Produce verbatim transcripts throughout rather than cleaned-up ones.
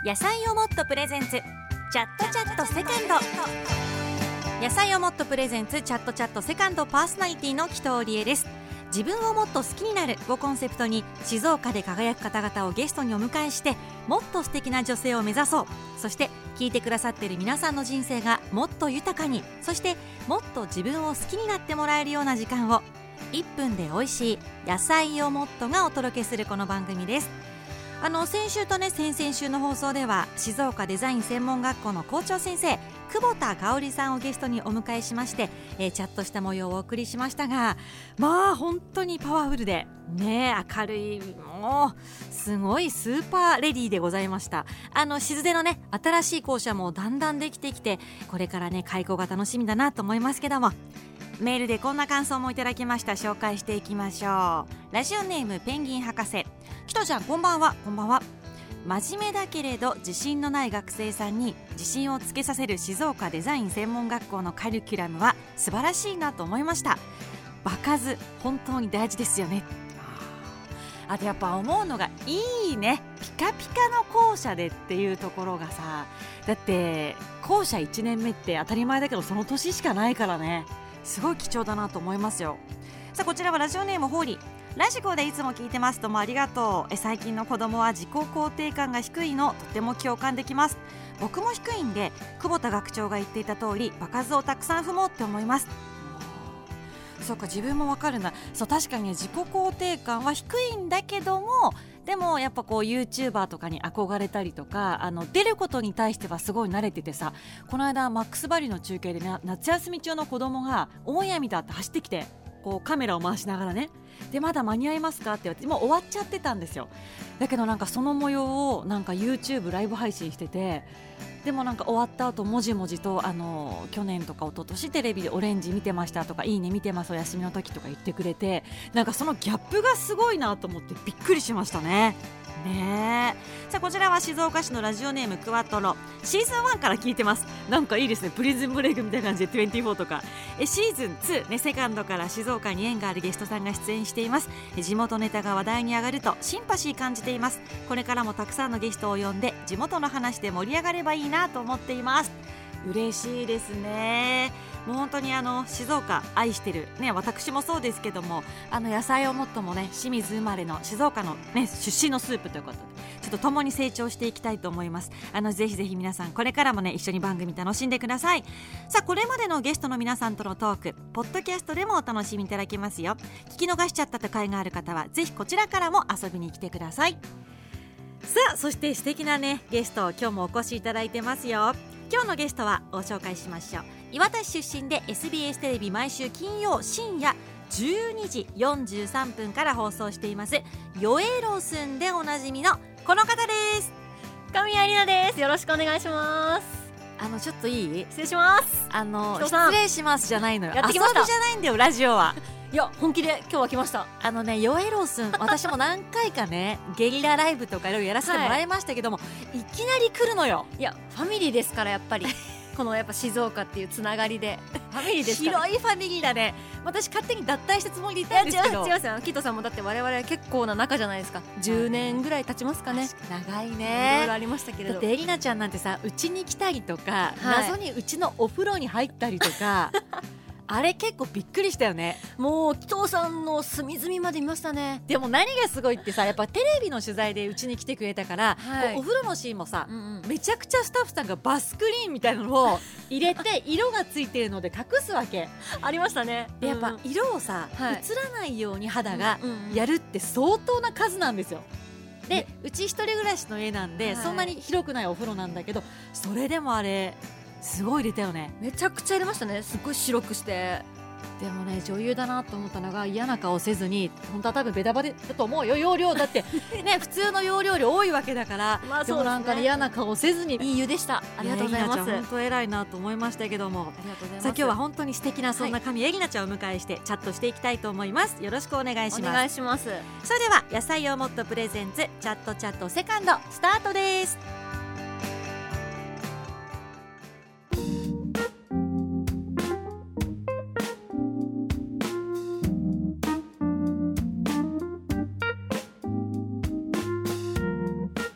野菜をもっとプレゼンツチャットチャットセカンド。野菜をもっとプレゼンツチャットチャットセカンド、パーソナリティの紀藤理恵です。自分をもっと好きになるをコンセプトに、静岡で輝く方々をゲストにお迎えして、もっと素敵な女性を目指そう。そして聞いてくださっている皆さんの人生がもっと豊かに、そしてもっと自分を好きになってもらえるような時間を、いっぷんで美味しい野菜をもっとがお届けするこの番組です。あの先週とね先々週の放送では、静岡デザイン専門学校の校長先生久保田香織さんをゲストにお迎えしまして、えー、チャットした模様をお送りしましたが、まあ本当にパワフルでね、明るい、もうすごいスーパーレディーでございました。あの静出のね新しい校舎もだんだんできてきて、これからね開校が楽しみだなと思いますけども、メールでこんな感想もいただきました。紹介していきましょう。ラジオネームペンギン博士。きとちゃんこんばんは。こんばんは。真面目だけれど自信のない学生さんに自信をつけさせる静岡デザイン専門学校のカリキュラムは素晴らしいなと思いました。場数本当に大事ですよね。あとやっぱ思うのがいいね、ピカピカの校舎でっていうところがさ、だって校舎いちねんめって当たり前だけどその年しかないからね、すごい貴重だなと思いますよ。さあこちらはラジオネームホーリー。ラジコでいつも聞いてます。どうもありがとう。え最近の子供は自己肯定感が低いの、とても共感できます。僕も低いんで、久保田学長が言っていた通り場数をたくさん踏もうって思います。そうか、自分もわかるな。そう、確かに、ね、自己肯定感は低いんだけども、でもやっぱこう YouTuber とかに憧れたりとか、あの出ることに対してはすごい慣れててさ、この間マックスバリューの中継で、ね、夏休み中の子供がオンエア見たって走ってきて、こうカメラを回しながらね、でまだ間に合いますかって言われて、もう終わっちゃってたんですよ。だけどなんかその模様をなんか YouTube ライブ配信してて、でもなんか終わった後もじもじと、あの去年とか一昨年テレビでオレンジ見てましたとか、いいね見てますお休みの時とか言ってくれて、なんかそのギャップがすごいなと思ってびっくりしましたね。ねえ。さあこちらは静岡市のラジオネームクワトロ。シーズンワンから聞いてます。なんかいいですね、プリズンブレイクみたいな感じでにじゅうよんとか。えシーズンツー、ね、セカンドから静岡に縁があるゲストさんが出演しています。え地元ネタが話題に上がるとシンパシー感じています。これからもたくさんのゲストを呼んで地元の話で盛り上がればいいなと思っています。嬉しいですね。もう本当にあの静岡愛してる、ね、私もそうですけども、あの野菜をもっともね、清水生まれの静岡の、ね、出身のスープということで、ちょっと共に成長していきたいと思います。あのぜひぜひ皆さんこれからもね一緒に番組楽しんでください。さあこれまでのゲストの皆さんとのトーク、ポッドキャストでもお楽しみいただけますよ。聞き逃しちゃったと会がある方はぜひこちらからも遊びに来てください。さあそして素敵なねゲストを今日もお越しいただいてますよ。今日のゲストはご紹介しましょう。岩田市出身で エスビーエス テレビ毎週金曜深夜じゅうにじよんじゅうさんぷんから放送していますヨエロスンでおなじみのこの方です。 神谷里奈です。よろしくお願いします。 あのちょっといい？ 失礼します。 あの失礼しますじゃないのよ。 やってきました。 遊びじゃないんだよラジオは。 いや本気で今日は来ました。 あのねヨエロスン、私も何回かねゲリラライブとかいろいろやらせてもらいましたけども、はい、いきなり来るのよ。 いやファミリーですからやっぱりこのやっぱ静岡っていうつながりでファミリーですから。 広いファミリーだね。私勝手に脱退したつもりでいたんですけど。 いや違う違いますよ。キットさんもだって我々結構な仲じゃないですか。じゅうねんぐらい経ちますかね。 長いね。 いろいろありましたけれど。 だってエリナちゃんなんてさ、うちに来たりとか、はい、謎にうちのお風呂に入ったりとかあれ結構びっくりしたよね。 もう紀藤さんの隅々まで見ましたね。 でも何がすごいってさ、やっぱテレビの取材でうちに来てくれたから、はい、お風呂のシーンもさ、うんうん、めちゃくちゃスタッフさんがバスクリーンみたいなのを入れて色がついてるので隠すわけありましたね。 でやっぱ色をさ、うん、映らないように肌がやるって相当な数なんですよ。でうち一人暮らしの家なんで、はい、そんなに広くないお風呂なんだけど、それでもあれすごい入れたよね。 めちゃくちゃ入れましたね。すっごい白くして。 でもね女優だなと思ったのが、嫌な顔せずに、本当は多分ベタバレだと思うよ、容量だってね普通の容量量多いわけだから、まあでもなんか、ね、嫌な顔せずにいい湯でした。ありがとうございます。 本当偉いなと思いましたけども、 ありがとうございます。 さあ今日は本当に素敵なそんな神江里奈ちゃんをお迎えしてチャットしていきたいと思います。よろしくお願いします。 お願いします。 それでは野菜をもっとプレゼンツチャットチャットセカンドスタートです。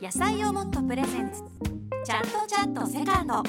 野菜をもっとプレゼンツチャットチャットセカンド。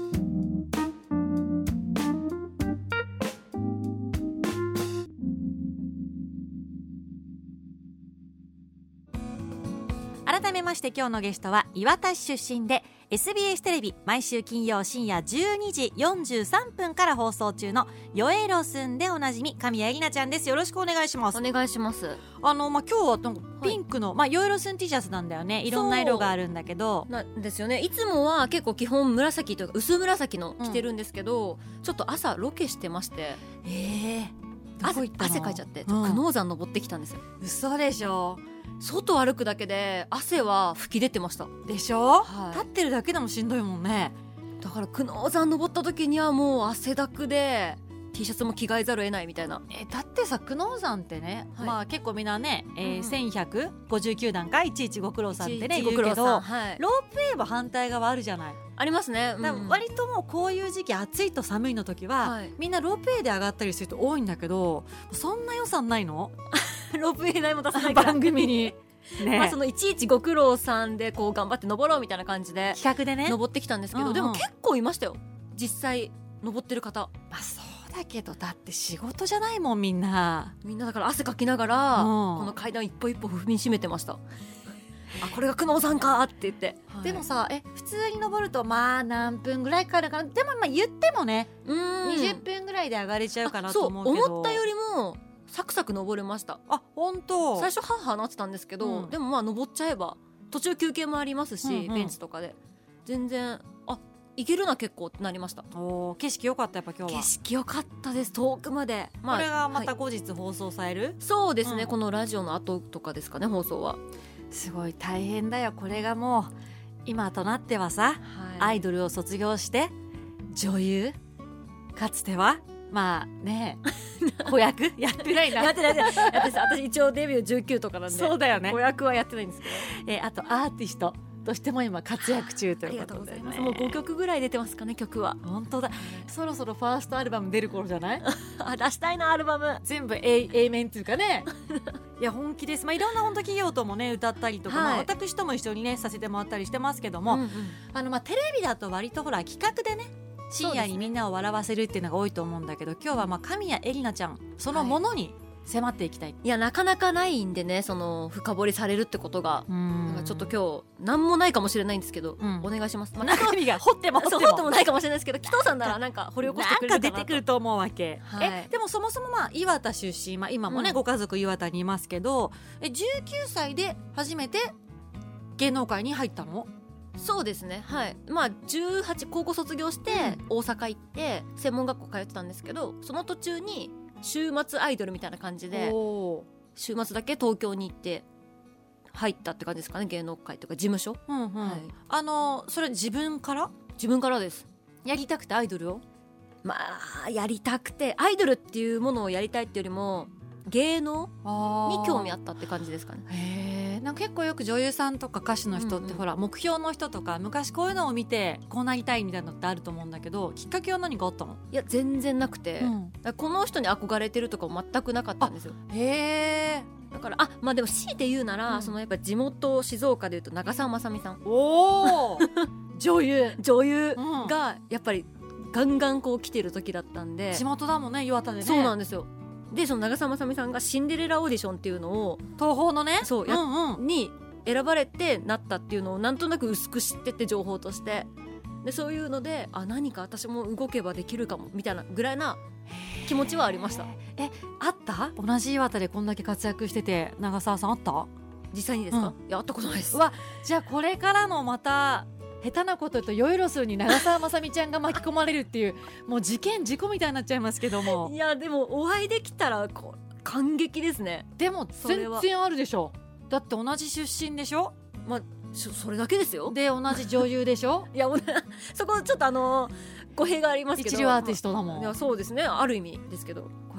改めまして今日のゲストは磐田市出身で エスビーエス テレビ毎週金曜深夜じゅうにじよんじゅうさんぷんから放送中のよえろすんでおなじみ神谷絵里奈ちゃんです。よろしくお願いします。 お願いします。 あの、まあ、今日はなんかピンクの、はい、まあ、よえろすん T シャツなんだよね。いろんな色があるんだけどなんですよね。いつもは結構基本紫というか薄紫の着てるんですけど、うん、ちょっと朝ロケしてましてえー、 汗, 汗かいちゃってちょっと久能山登ってきたんですよ、 うん、嘘でしょ。 外歩くだけで汗は吹き出てましたでしょ、 はい、 立ってるだけでもしんどいもんね。 だから久能山登った時にはもう汗だくで T シャツも着替えざるを得ないみたいな。 えだってさ久能山ってね、はい、まあ結構みんなね、えーうん、せんひゃくごじゅうきゅうだんかいちいちご苦労さんってね言うけど、はい、ロープウェイも反対側あるじゃない。 ありますね、うん、 だから割ともうこういう時期暑いと寒いの時は、はい、みんなロープウェイで上がったりする人多いんだけどそんな予算ないのロープウェイ代も出さないから番組にね、 まあ、そのいちいちご苦労さんでこう頑張って登ろうみたいな感じで企画でね登ってきたんですけど、うんうん、でも結構いましたよ実際登ってる方。 まあそうだけどだって仕事じゃないもんみんなみんなだから汗かきながら、うん、この階段一歩一歩踏みしめてました。あこれが久能山かって言って、 はい、でもさえ普通に登るとまあ何分ぐらいかかるかな。でもまあ言ってもねにじゅっぷんぐらいで上がれちゃうかなと思うけどそう思ったよりもサクサク登れました。 あ本当。 最初ハーハーなってたんですけど、うん、でもまあ登っちゃえば途中休憩もありますし、うんうん、ベンチとかで全然あいけるな結構ってなりました。 お景色良かった。やっぱ今日は景色良かったです。遠くまで、 まあ、これがまた後日放送される、はい、 そうですね、うん、このラジオの後とかですかね放送は。 すごい大変だよこれがもう今となってはさ、はい、アイドルを卒業して女優かつてはまあね子役やってないなやってないやってない私, 私一応デビューじゅうきゅうとかなんでそうだよね子役はやってないんですけど、 えー、あとアーティストとしても今活躍中ということで、ね、ありがとうございます。 もうごきょくぐらい出てますかね曲は。 本当だそろそろファーストアルバム出る頃じゃないあ出したいなアルバム全部 A, A 面っていうかねいや本気です、まあ、いろんな本当企業ともね歌ったりとか、はいまあ、私とも一緒にねさせてもらったりしてますけども、うんうんあのまあ、テレビだと割とほら企画でね深夜にみんなを笑わせるっていうのが多いと思うんだけど、今日はまあ神谷絵里奈ちゃんそのものに迫っていきたい、はい、 いやなかなかないんでねその深掘りされるってことがなんかちょっと今日なんもないかもしれないんですけど、うん、お願いします、まあ、 中身が掘っても掘っても掘ってもないかもしれないですけど紀藤さんならなんか掘り起こしてくれるかなとなんか出てくると思うわけ、はい、えでもそもそもまあ磐田出身、まあ、今もね、うん、ご家族磐田にいますけどえじゅうきゅうさいで初めて芸能界に入ったの？ そうですねはいまあじゅうはち高校卒業して大阪行って専門学校通ってたんですけどその途中に週末アイドルみたいな感じで週末だけ東京に行って入ったって感じですかね芸能界とか事務所、うんうんはい、 あのそれ自分から自分からです。 やりたくてアイドルをまあやりたくてアイドルっていうものをやりたいっていうよりも芸能に興味あったって感じですかね。 へーなんか結構よく女優さんとか歌手の人って、うんうん、ほら目標の人とか昔こういうのを見てこうなりたいみたいなのってあると思うんだけどきっかけは何かあったの？ いや全然なくて、うん、だこの人に憧れてるとか全くなかったんですよ。 へーだからあまあでも強いて言うなら、うん、そのやっぱ地元静岡でいうと長澤まさみさんお女優女優がやっぱりガンガンこう来てる時だったんで地元だもんね磐田でね。 そうなんですよ。でその長澤まさみさんがシンデレラオーディションっていうのを東宝のねそうや、うんうん、に選ばれてなったっていうのをなんとなく薄く知ってて情報としてでそういうのであ何か私も動けばできるかもみたいなぐらいな気持ちはありました。 えあった同じ岩手でこんだけ活躍してて長澤さんあった実際にですか、 うん、 いや会ったことないです。 うわじゃあこれからのまた下手なこと言うとヨイロスに長澤まさみちゃんが巻き込まれるっていうもう事件事故みたいになっちゃいますけどもいやでもお会いできたらこ感激ですね。 でも全然あるでしょだって同じ出身でしょ。 まあそれだけですよ。 で同じ女優でしょいやそこちょっとあの語弊がありますけど一流アーティストだもん。 いやそうですねある意味ですけどこ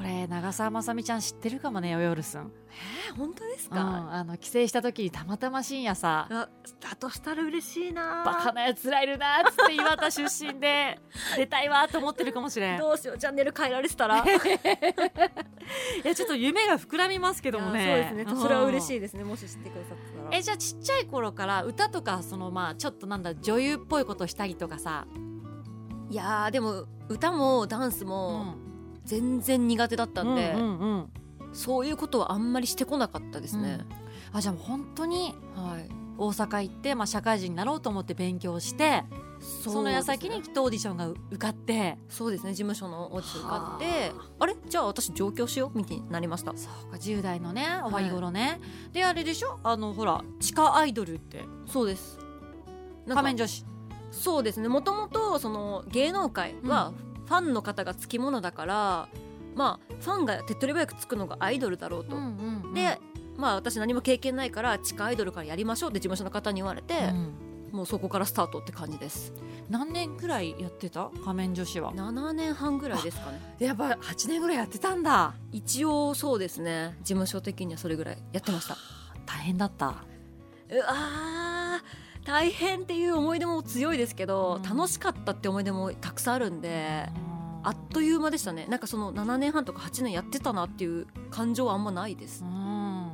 れ長澤まさみちゃん知ってるかもね、ヨヨルスン。 えー、本当ですうん、 か？ あの帰省した時にたまたま深夜さ、 あ、だとしたら嬉しいな。 バカなやつらいるなっつって岩田出身で出たいわと思ってるかもしれん。 どうしよう、チャンネル変えられてたら。いやちょっと夢が膨らみますけどもね。 そうですね、それは嬉しいい。 ですね、もし知ってくださってたら。 えじゃあちっちゃい頃から歌とかそのまあちょっとなんだ女優っぽいことしたりとかさ、 いやーでも歌もダンスうもん全然苦手だったんで、 うんうんうん、 そういうことはあんまりしてこなかったですね、 あじゃあ本当にはい。 大阪行って、まあ、社会人になろうと思って勉強してその矢先にきっとオーディションが受かって、 そうですね、事務所のオーディション受かってはあれじゃあ私上京しようみたいになりました。 そうかじゅう代のね終わり頃ね、であれでしょ、あのほら地下アイドルってそうです。なんか仮面女子。 そうですね、もともとその芸能界はファンの方がつきものだから、まあファンが手っ取り早くつくのがアイドルだろうと、 うんうんうん、 でまあ私何も経験ないから地下アイドルからやりましょうって事務所の方に言われて、 うん、 もうそこからスタートって感じです。 何年くらいやってた仮面女子は？ ななねんはんぐらいですかね。 やっぱはちねんぐらいやってたんだ。 一応そうですね、事務所的にはそれぐらいやってました。 大変だった？ うわー大変っていう思い出も強いですけど、 うん楽しかったって思い出もたくさんあるんで、あっという間でしたね。なんかそのななねんはんとかはちねんやってたなっていう感情はあんまないです。 うん、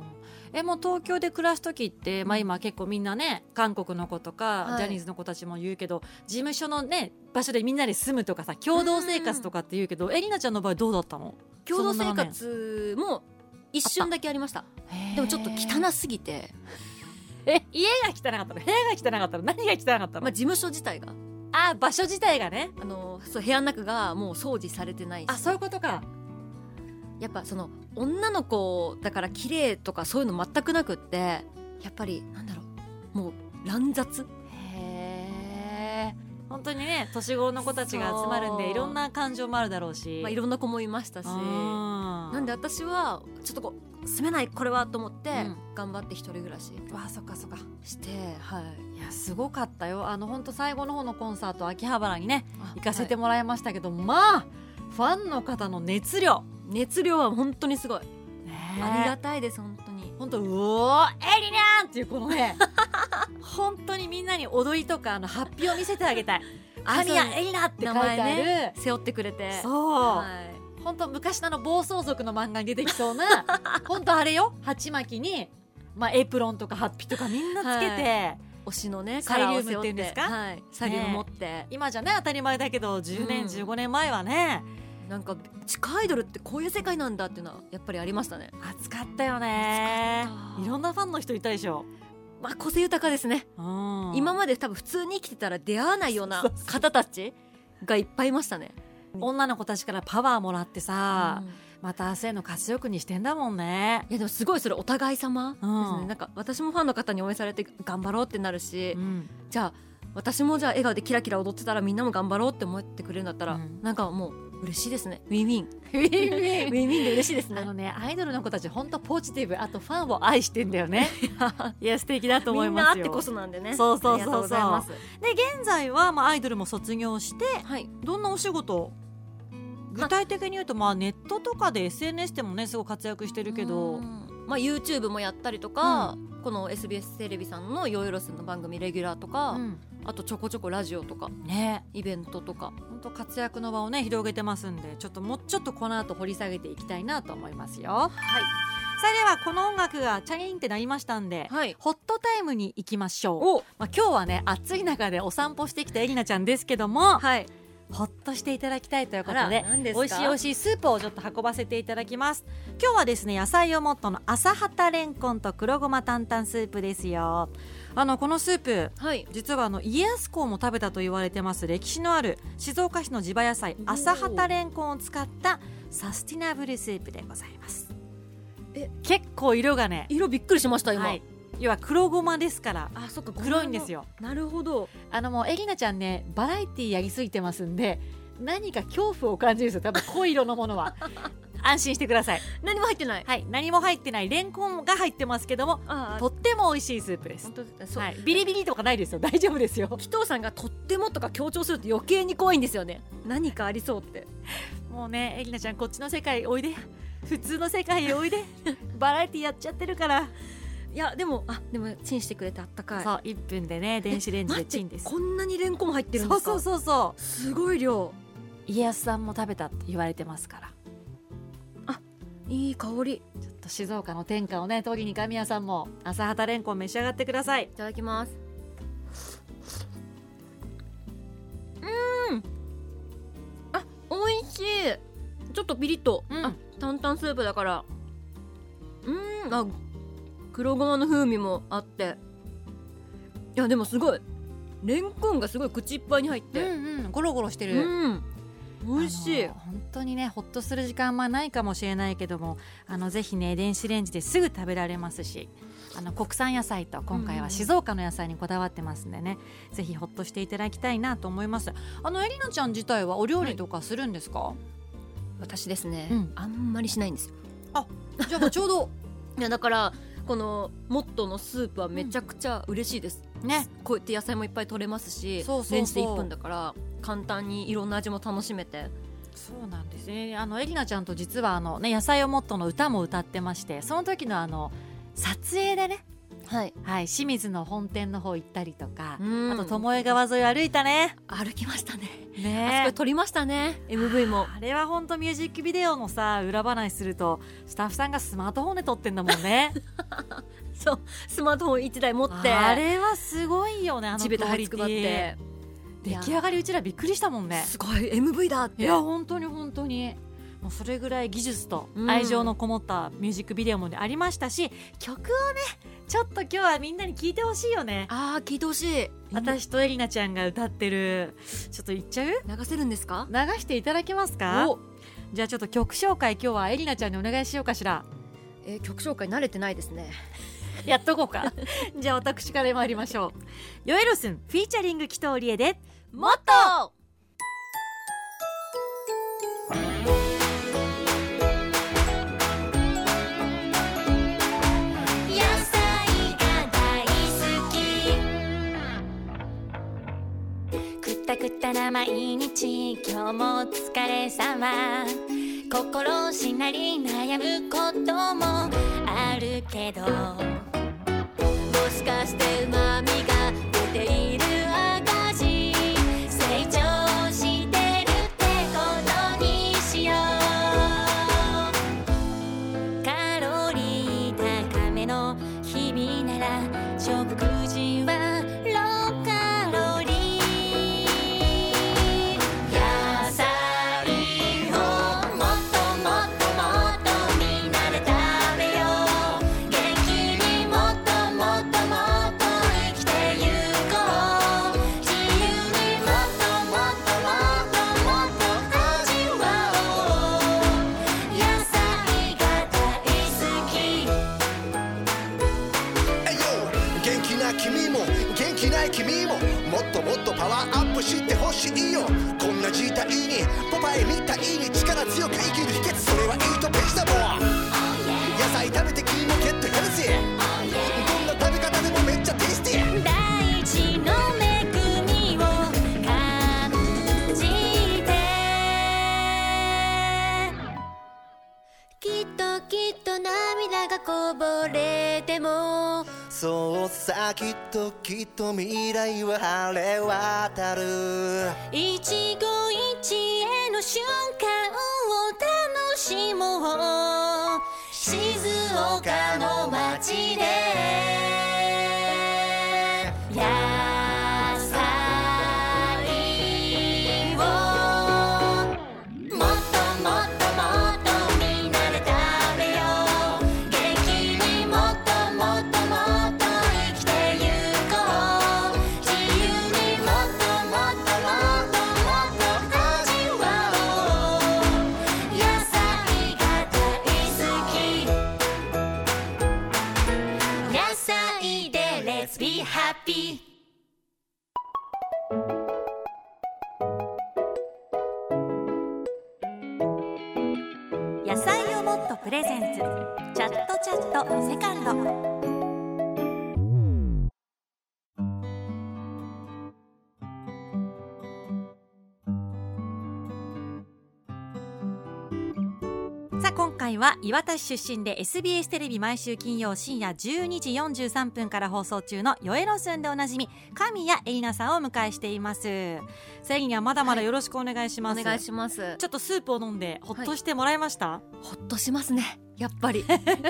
えもう東京で暮らす時って、まあ、今結構みんなね韓国の子とか、 はいジャニーズの子たちも言うけど事務所のね場所でみんなで住むとかさ共同生活とかって言うけど、えりなちゃんの場合どうだったの？ 共同生活も一瞬だけありました。でもちょっと汚すぎて、 え家が汚かったの？部屋が汚かったの？何が汚かったの？ まあ、事務所自体があ場所自体がね、 あのそう部屋の中がもう掃除されてないし、 あそういうことか。 やっぱその女の子だから綺麗とかそういうの全くなくって、やっぱりなんだろう、もう乱雑。 へえ、本当にね年頃の子たちが集まるんでいろんな感情もあるだろうし、 まあ、いろんな子もいましたし、 ななんで私はちょっとこう住めないこれはと思って、 うん頑張って一人暮らしわあそっかそっか。 して、はい、 いやすごかったよ。あの本当最後の方のコンサート秋葉原にねあ行かせてはいもらいましたけど、まあファンの方の熱量、 熱量は本当にすごい、 ねありがたいです本当に。 本当うおーエリナーンっていうこのね本当にみんなに踊りとかあのハッピーを見せてあげたい。神谷エリナって書いてある、 名前ね背負ってくれて、 そう、 はい本当昔のあの暴走族の漫画に出てきそうな本当あれよ、鉢巻きに、まあ、エプロンとかハッピーとかみんなつけて、 は推しのねサイリウムカラーを背負っていうんですかはい、サイリウム持って、 今じゃね当たり前だけどじゅうねん、 うんじゅうごねんまえはねなんか地下アイドルってこういう世界なんだっていうのはやっぱりありましたね。 熱かったよね。 熱かったいろんなファンの人いたでしょ、 まあ個性豊かですね、 うん、 今まで多分普通に生きてたら出会わないようなそうそう方たちがいっぱいいましたね。 女の子たちからパワーもらってさ、 うんまた明日への活力にしてんだもんね。 いやでもすごいそれお互い様ですね、 うんなんか私もファンの方に応援されて頑張ろうってなるし、 うんじゃあ私もじゃあ笑顔でキラキラ踊ってたらみんなも頑張ろうって思ってくれるんだったら、 うんなんかもう嬉しいですね。ウィンウィンウィンウィンウィンウィンで嬉しいですねあのねアイドルの子たち本当ポジティブ、あとファンを愛してんだよねいや素敵だと思いみんなますよ。 あってこそなんでね。 そうそうそうそうありがとうございます。 で現在は、まあ、アイドルも卒業してはい、 どんなお仕事、具体的に言うと、まあ、ネットとかで エスエヌエス でもねすごい活躍してるけど、 うんまあ、YouTube もやったりとか、この エスビーエス テレビさんのヨーヨロスの番組レギュラーとか、 うんあとちょこちょこラジオとかねイベントとか、 本当活躍の場をね広げてますんで、ちょっともうちょっとこの後掘り下げていきたいなと思いますよ。はい、それではこの音楽がチャリンってなりましたんで、 はい、 ホットタイムに行きましょう。 おまあ、今日はね暑い中でお散歩してきたエリナちゃんですけども、 はい、 ほっとしていただきたいということあでら何ですか美味しい美味しいスープをちょっと運ばせていただきます。今日はですね野菜をモットの朝畑レンコンと黒ごま担々スープですよ。あのこのスープはい、 実はあの家康公も食べたと言われてます歴史のある静岡市の地場野菜朝畑レンコンを使ったサスティナブルスープでございます。 え結構色がね、 色びっくりしました今、 はい、要は黒ごまですからあそっか黒いんですよ。 なるほど。 あのもうエリナちゃんねバラエティやりすぎてますんで何か恐怖を感じるんですよ、多分濃い色のものは安心してください。 何も入ってない。 はい、何も入ってないレンコンが入ってますけどもああとっても美味しいスープです。 本当ですそう、 はい、ビリビリとかないですよ、大丈夫ですよ。 紀藤さんがとってもとか強調すると余計に怖いんですよね。何かありそうって。 ももうね、エリナちゃんこっちの世界おいで、普通の世界へおいでバラエティやっちゃってるから。 いやでもあでもチンしてくれてあったかい。 そういっぷんでね電子レンジでチンです。 こんなにレンコン入ってるんですか。 そうそうそうそう、 すごい量。 家康さんも食べたって言われてますから。 あ、いい香り。 ちょっと静岡の天下をね取りに神谷さんも朝畑レンコン召し上がってください。 いただきます。うーん、あ、美味しい。ちょっとピリッと、うん、あ、担々スープだからうーん、あ、黒ごまの風味もあって、いやでもすごいレンコンがすごい口いっぱいに入って、うんうん、ゴロゴロしてる、うん、 美味しい。 本当にねほっとする時間はないかもしれないけども、あのぜひね電子レンジですぐ食べられますし、あの国産野菜と今回は静岡の野菜にこだわってますんでね、うん、ぜひほっとしていただきたいなと思います。あのエリナちゃん自体はお料理とかするんですか？はい、 私ですね、 うん、 あんまりしないんですよ。 あ、じゃあちょうどいやだからこのモットのスープはめちゃくちゃ嬉しいです、 うん、ね、 こうやって野菜もいっぱい取れますし、そうそうそう、レンジでいっぷんだから簡単にいろんな味も楽しめて。 そうなんですね。あのエリナちゃんと実はあの、ね、野菜をモットの歌も歌ってまして、その時のあの撮影でね、 はいはい、清水の本店の方行ったりとか、 うん、 あと巴川沿い歩いたね。 歩きましたね。 ね、 あそこ撮りましたね エムブイ も。 あれは本当ミュージックビデオのさ裏話するとスタッフさんがスマートフォンで撮ってんだもんねそうスマートフォンいちだい持ってあれはすごいよね。あの地べた張り付くばって出来上がりうちらびっくりしたもんね。 すごい エムブイ だって。 いや本当に本当にもうそれぐらい技術と愛情のこもったミュージックビデオもありましたし、うん、曲をねちょっと今日はみんなに聞いてほしいよね。 あー聞いてほしい。 私とエリナちゃんが歌ってるちょっと言っちゃう？ 流せるんですか？ 流していただけますか？じゃあちょっと曲紹介今日はエリナちゃんにお願いしようかしら。 えー、曲紹介慣れてないですねやっとこうかじゃあ私から参りましょう。ヨエロスンフィーチャリング紀藤理恵でもっと。くたな毎日今日もお疲れ様。心しなり悩むこともあるけど、もしかしてうまみが出ている証、成長してるってことにしよう。カロリー高めの日々なら食事はローカロリー。 君ももっともっとパワーアップしてほしいよ。こんな時代にポパイみたいに力強く生きる秘訣、それはイートベジタブル。野菜食べて君もゲットヘルシー。どんな食べ方でもめっちゃテイスティー。大地の恵みを感じて、きっときっと涙がこぼれても、そうさきっときっと未来は晴れ渡る。一期一会の瞬間を楽しもう。静岡の街で野菜をもっともっともっとみんなで食べよう。元気にもっともっともっとBe happy。 野菜をもっとプレゼンツチャットチャットセカンド。 回は岩田市出身で エスビーエス テレビ毎週金曜深夜じゅうにじよんじゅうさんぷんから放送中のよえろすんでおなじみ神谷絵里奈さんをお迎えしています。さあ絵里奈まだまだよろしくお願いします、 はい、お願いします。 ちょっとスープを飲んでほっとしてもらえました、はい、 ほっとしますねやっぱり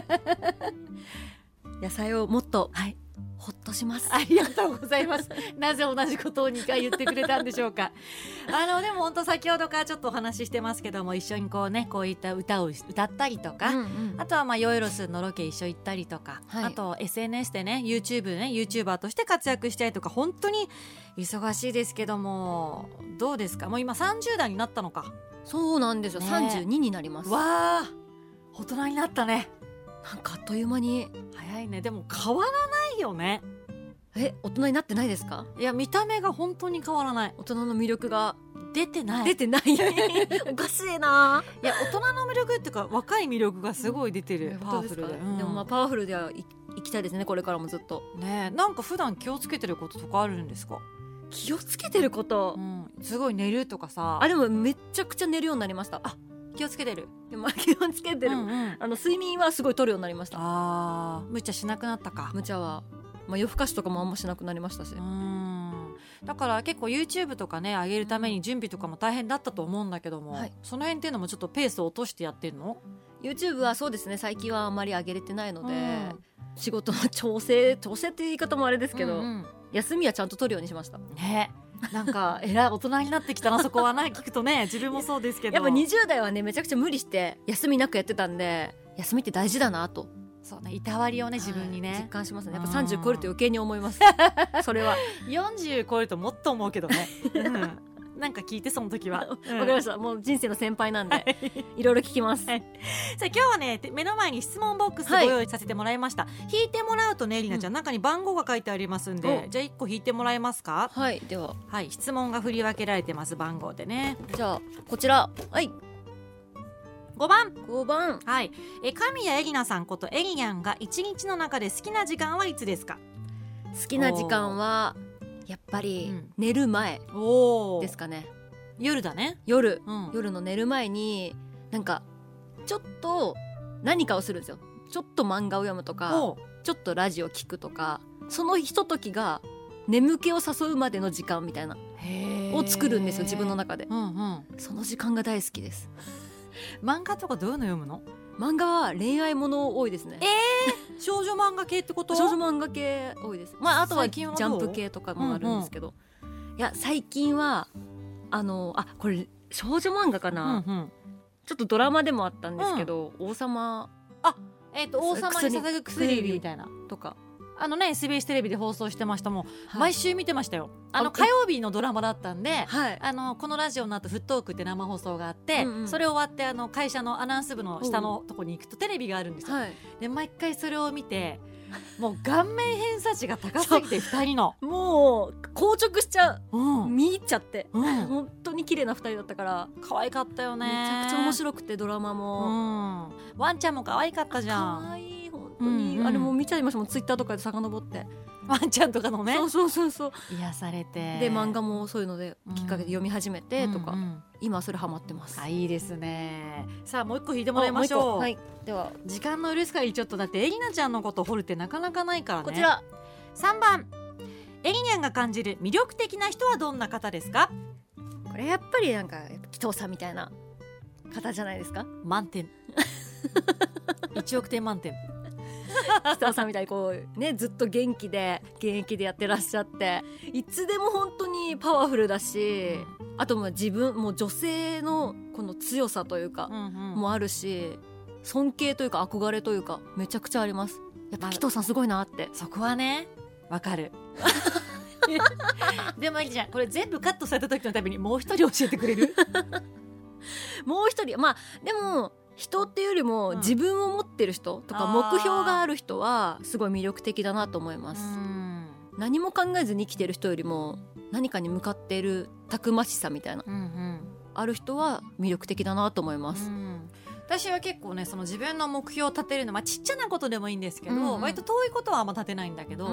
野菜をもっと、はい、ほっとします。 ありがとうございますなぜ同じことをにかい言ってくれたんでしょうかあのでも本当先ほどからちょっとお話ししてますけども、一緒にこうねこういった歌を歌ったりとか、うんうん、あとはまあヨエロスのロケ一緒行ったりとか、はい、あと エスエヌエス でね YouTube ね YouTuber として活躍したりとか、本当に忙しいですけども、どうですか？もう今さんじゅうだいになったのか。 そうなんですよ、ね、さんじゅうにになります。 わー大人になったね。 なんかあっという間に早いね。でも変わらないよね。 え、大人になってないですか？ いや見た目が本当に変わらない。 大人の魅力が出てない出てないおかしいな。 いや大人の魅力っていうか若い魅力がすごい出てる。パワフルで、 うん、でもまあパワフルではいいきたいですね、これからもずっとね。なんか普段気をつけてることとかあるんですか？ 気をつけてること、 うん、すごい寝るとかさ。 あ、でもめちゃくちゃ寝るようになりました。 あ、気をつけてる。 でも気をつけてる、うんうん、あの睡眠はすごい取るようになりました。 あー、無茶しなくなったか。 無茶は、まあ、夜更かしとかもあんましなくなりましたし。 うん、だから結構 YouTube とかね上げるために準備とかも大変だったと思うんだけども、はい、その辺っていうのもちょっとペースを落としてやってるの？ YouTube はそうですね、最近はあんまり上げれてないので、うん、仕事の調整調整っていう言い方もあれですけど、うんうん、休みはちゃんと取るようにしましたね。なんかえらい大人になってきたなそこはな。聞くとね、自分もそうですけどやっぱにじゅう代はねめちゃくちゃ無理して休みなくやってたんで、休みって大事だなと。 そうね、いたわりをね自分にね、 はい、実感しますね。やっぱさんじゅう超えると余計に思いますそれはよんじゅう超えるともっと思うけどね、うん、なんか聞いてその時は、 うん、分かりました。もう人生の先輩なんで、はい、いろいろ聞きます、はい、 さあ今日はね目の前に質問ボックスご用意させてもらいました、はい、引いてもらうとね、りなちゃん、うん、中に番号が書いてありますんで、じゃあいっこ引いてもらえますか？ はい、では、 はい、質問が振り分けられてます、番号でね。 じゃあこちら、はいごばん。 ごばん、 はい、え神谷絵里奈さんことエリニャンが一日の中で好きな時間はいつですか？ 好きな時間はやっぱり寝る前ですかね。 夜だね。 夜、うん、夜の寝る前になんかちょっと何かをするんですよ。ちょっと漫画を読むとか、ちょっとラジオ聞くとか、そのひとときが眠気を誘うまでの時間みたいなを作るんですよ、自分の中で、うんうん、その時間が大好きです漫画とかどういうの読むの？ 漫画は恋愛もの多いですね。 えー、少女漫画系ってこと？ 少女漫画系多いです。まああとはジャンプ系とかもあるんですけど、うんうん、いや最近はあのあこれ少女漫画かな、うんうん、ちょっとドラマでもあったんですけど、うん、王様あえっ、ー、と王様に捧ぐ薬みたいなとか。 あのね エスビーエス テレビで放送してました。もう、はい、毎週見てましたよ。あの火曜日のドラマだったんで、はい、あのこのラジオの後フットークって生放送があって、うんうん、それ終わってあの会社のアナウンス部の下のとこに行くとテレビがあるんですよ、はい、で毎回それを見てもう顔面偏差値が高すぎてふたりのもう硬直しちゃう、うん、見入っちゃって、うん、本当に綺麗なふたりだったから可愛かったよね。 めちゃくちゃ面白くてドラマも、 うん、ワンちゃんも可愛かったじゃん。 可愛い本当に、うんうん、あれも見ちゃいましたもん、ツイッターとかで遡ってワンちゃんとかのね。 そうそうそうそう、 癒されて、 で漫画もそういうのできっかけで読み始めてとか、うんうん、今それハマってます。 あ、いいですね。さあもう一個引いてもらいましょう。 はい、では時間の許す限りちょっとだってエリナちゃんのことを掘るってなかなかないからね。 こちらさんばん、エリニャンが感じる魅力的な人はどんな方ですか？ これやっぱりなんか紀藤さんみたいな方じゃないですか？ 満点いちおくてん満点紀藤さんみたいにこうねずっと元気で現役でやってらっしゃって、いつでも本当にパワフルだし、あともう自分もう女性のこの強さというかもあるし、尊敬というか憧れというかめちゃくちゃあります。やっぱ紀藤さんすごいなって。 そこはねわかるでもいいじゃん、これ全部カットされた時のためにもう一人教えてくれるもう一人、まあでも人っていうよりも自分を持ってる人とか目標がある人はすごい魅力的だなと思います。うん、何も考えずに生きてる人よりも何かに向かっているたくましさみたいな、うんうん、ある人は魅力的だなと思います。うん、 私は結構ねその自分の目標を立てるの、まあ、ちっちゃなことでもいいんですけど、うんうん、割と遠いことはあんま立てないんだけど、うん、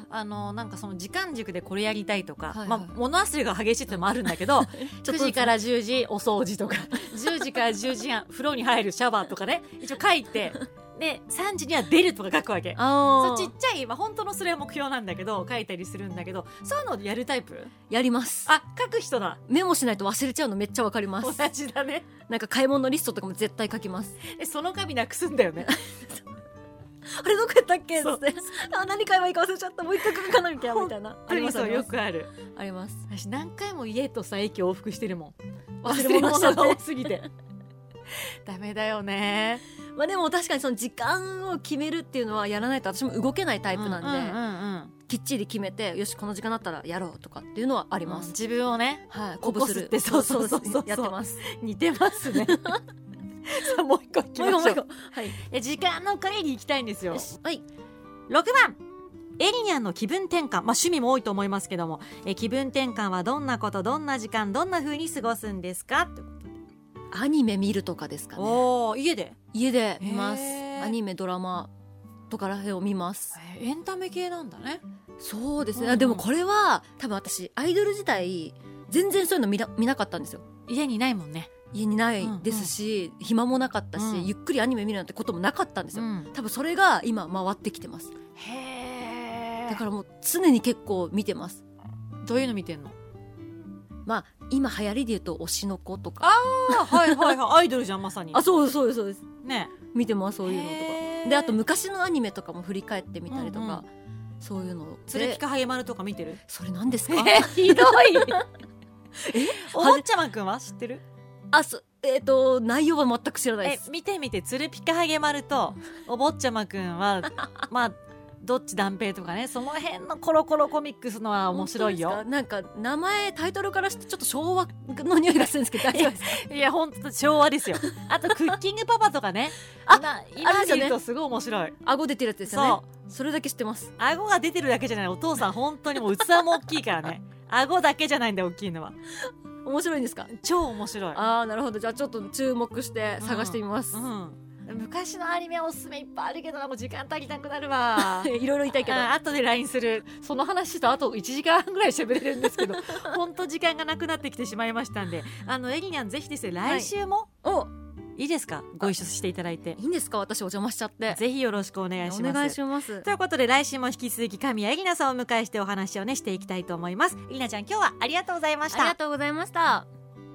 あのなんかその時間軸でこれやりたいとか、はいはい、まあ、物忘れが激しいってのもあるんだけどくじからじゅうじお掃除とかじゅうじからじゅうじはん風呂に入るシャワーとかね一応書いてでさんじには出るとか書くわけ。そうちっちゃい、まあ、本当のそれは目標なんだけど書いたりするんだけど、そういうのやるタイプ？ やります。 あ、書く人だ。 メモしないと忘れちゃうのめっちゃわかります。 同じだね。 なんか買い物リストとかも絶対書きます。 え、その紙なくすんだよねあれどこやったっけってあ、何買えばいいか忘れちゃった、もう一回書かなきゃみたいな。 あります。よくある。 あります。 私何回も家とさ駅往復してるもん。 忘れ物が多すぎてダメだよね。 まあでも確かにその時間を決めるっていうのはやらないと私も動けないタイプなんで、うんうんうんうん、きっちり決めてよしこの時間だったらやろうとかっていうのはあります、 うん、自分をね、 はい、鼓舞するってそうそうそうそうやってます。 似てますねさあもう一個いきましょう。もう一個、はい、 え時間の会に行きたいんですよ。 はい、 ろくばんエリニャンの気分転換、まあ、趣味も多いと思いますけども、え気分転換はどんなことどんな時間どんな風に過ごすんですかってことで、 アニメ見るとかですかね。 おー、家で家で見ます。アニメドラマとからへんを見ます。 エンタメ系なんだね。 そうですね、うんうん、でもこれは多分私アイドル自体全然そういうの見な、見なかったんですよ。 家にないもんね。 家にないですし、うんうん、暇もなかったし、うん、ゆっくりアニメ見るなんてこともなかったんですよ、うん、多分それが今回ってきてます。 へー。 だからもう常に結構見てます。 どういうの見てんの？ まあ今流行りで言うと推しの子とか。 ああはいはいはいアイドルじゃんまさに。 あ、そうですそうですそうですね。 見てますそういうのとかで、あと昔のアニメとかも振り返ってみたりとか、うんうん、そういうの。 つれきかはげまるとか見てる？ それ何ですか？ ひどいえお坊ちゃまくんは知ってる？ あ、そえっ、ー、と内容は全く知らないです。 え見てみて、つるぴかはげまるとお坊ちゃまくんはまあどっち断平とかね、その辺のコロコロコミックスのは面白いよ。 なんか名前タイトルからしてちょっと昭和の匂いがするんですけど大丈夫ですか？ いや本当昭和ですよ。あとクッキングパパとかねあ今今見るとすごい面白い。 顎出てるやつですよね。そう、それだけ知ってます。 顎が出てるだけじゃない、お父さん本当にもう器も大きいからね顎だけじゃないんだよ大きいのは。 面白いんですか？ 超面白い。 ああなるほど、じゃあちょっと注目して探してみます、 うんうん、昔のアニメおすすめいっぱいあるけどもう時間足りなくなるわいろいろ言いたいけどあ後で ライン する。その話とあといちじかんはんぐらい喋れるんですけど本当時間がなくなってきてしまいましたんで、あのエリニャンぜひですね来週も、はい、おいいですか、ご一緒していただいて。 いいんですか、私お邪魔しちゃって。 ぜひよろしくお願いします。 お願いします。 ということで来週も引き続き神谷エリナさんをお迎えしてお話をねしていきたいと思います。エリナちゃん今日はありがとうございました。 ありがとうございました。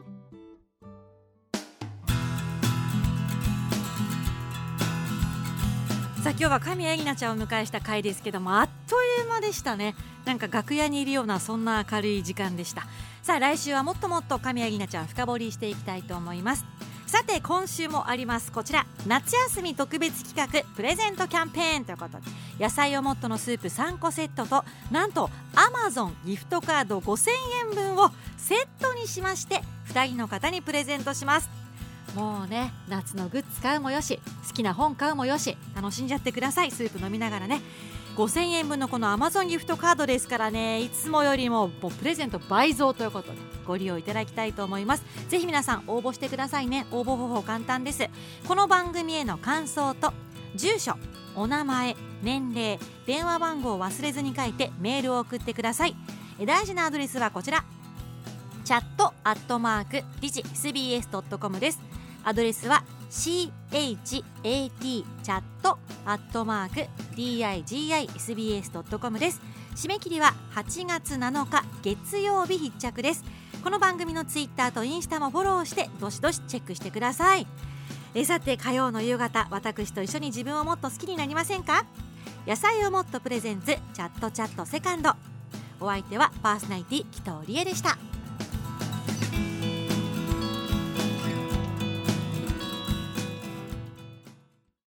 さあ今日は神谷エリナちゃんをお迎えした回ですけども、あっという間でしたね。なんか楽屋にいるようなそんな明るい時間でした。さあ来週はもっともっと神谷エリナちゃん深掘りしていきたいと思います。さて今週もありますこちら、夏休み特別企画プレゼントキャンペーンということで、野菜をもっとのスープさんこセットとなんと アマゾン ギフトカードごせんえんぶんをセットにしましてふたりの方にプレゼントします。もうね夏のグッズ買うもよし好きな本買うもよし楽しんじゃってください。スープ飲みながらね。ごせんえんぶんのこの アマゾン ギフトカードですからね、いつもよりももうプレゼント倍増ということでご利用いただきたいと思います。ぜひ皆さん応募してくださいね。応募方法簡単です。この番組への感想と住所、お名前、年齢、電話番号を忘れずに書いてメールを送ってください。大事なアドレスはこちら、チャットアットマークディジ エスビーエスドットコム です。アドレスは チャット チャットアットマーク ディジエスビーエスドットコム です。締め切りははちがつなのか月曜日必着です。この番組のツイッターとインスタもフォローしてどしどしチェックしてください。えさて火曜の夕方、私と一緒に自分をもっと好きになりませんか？野菜をもっとプレゼンツチャットチャットセカンド。お相手はパーソナリティ紀藤理恵でした。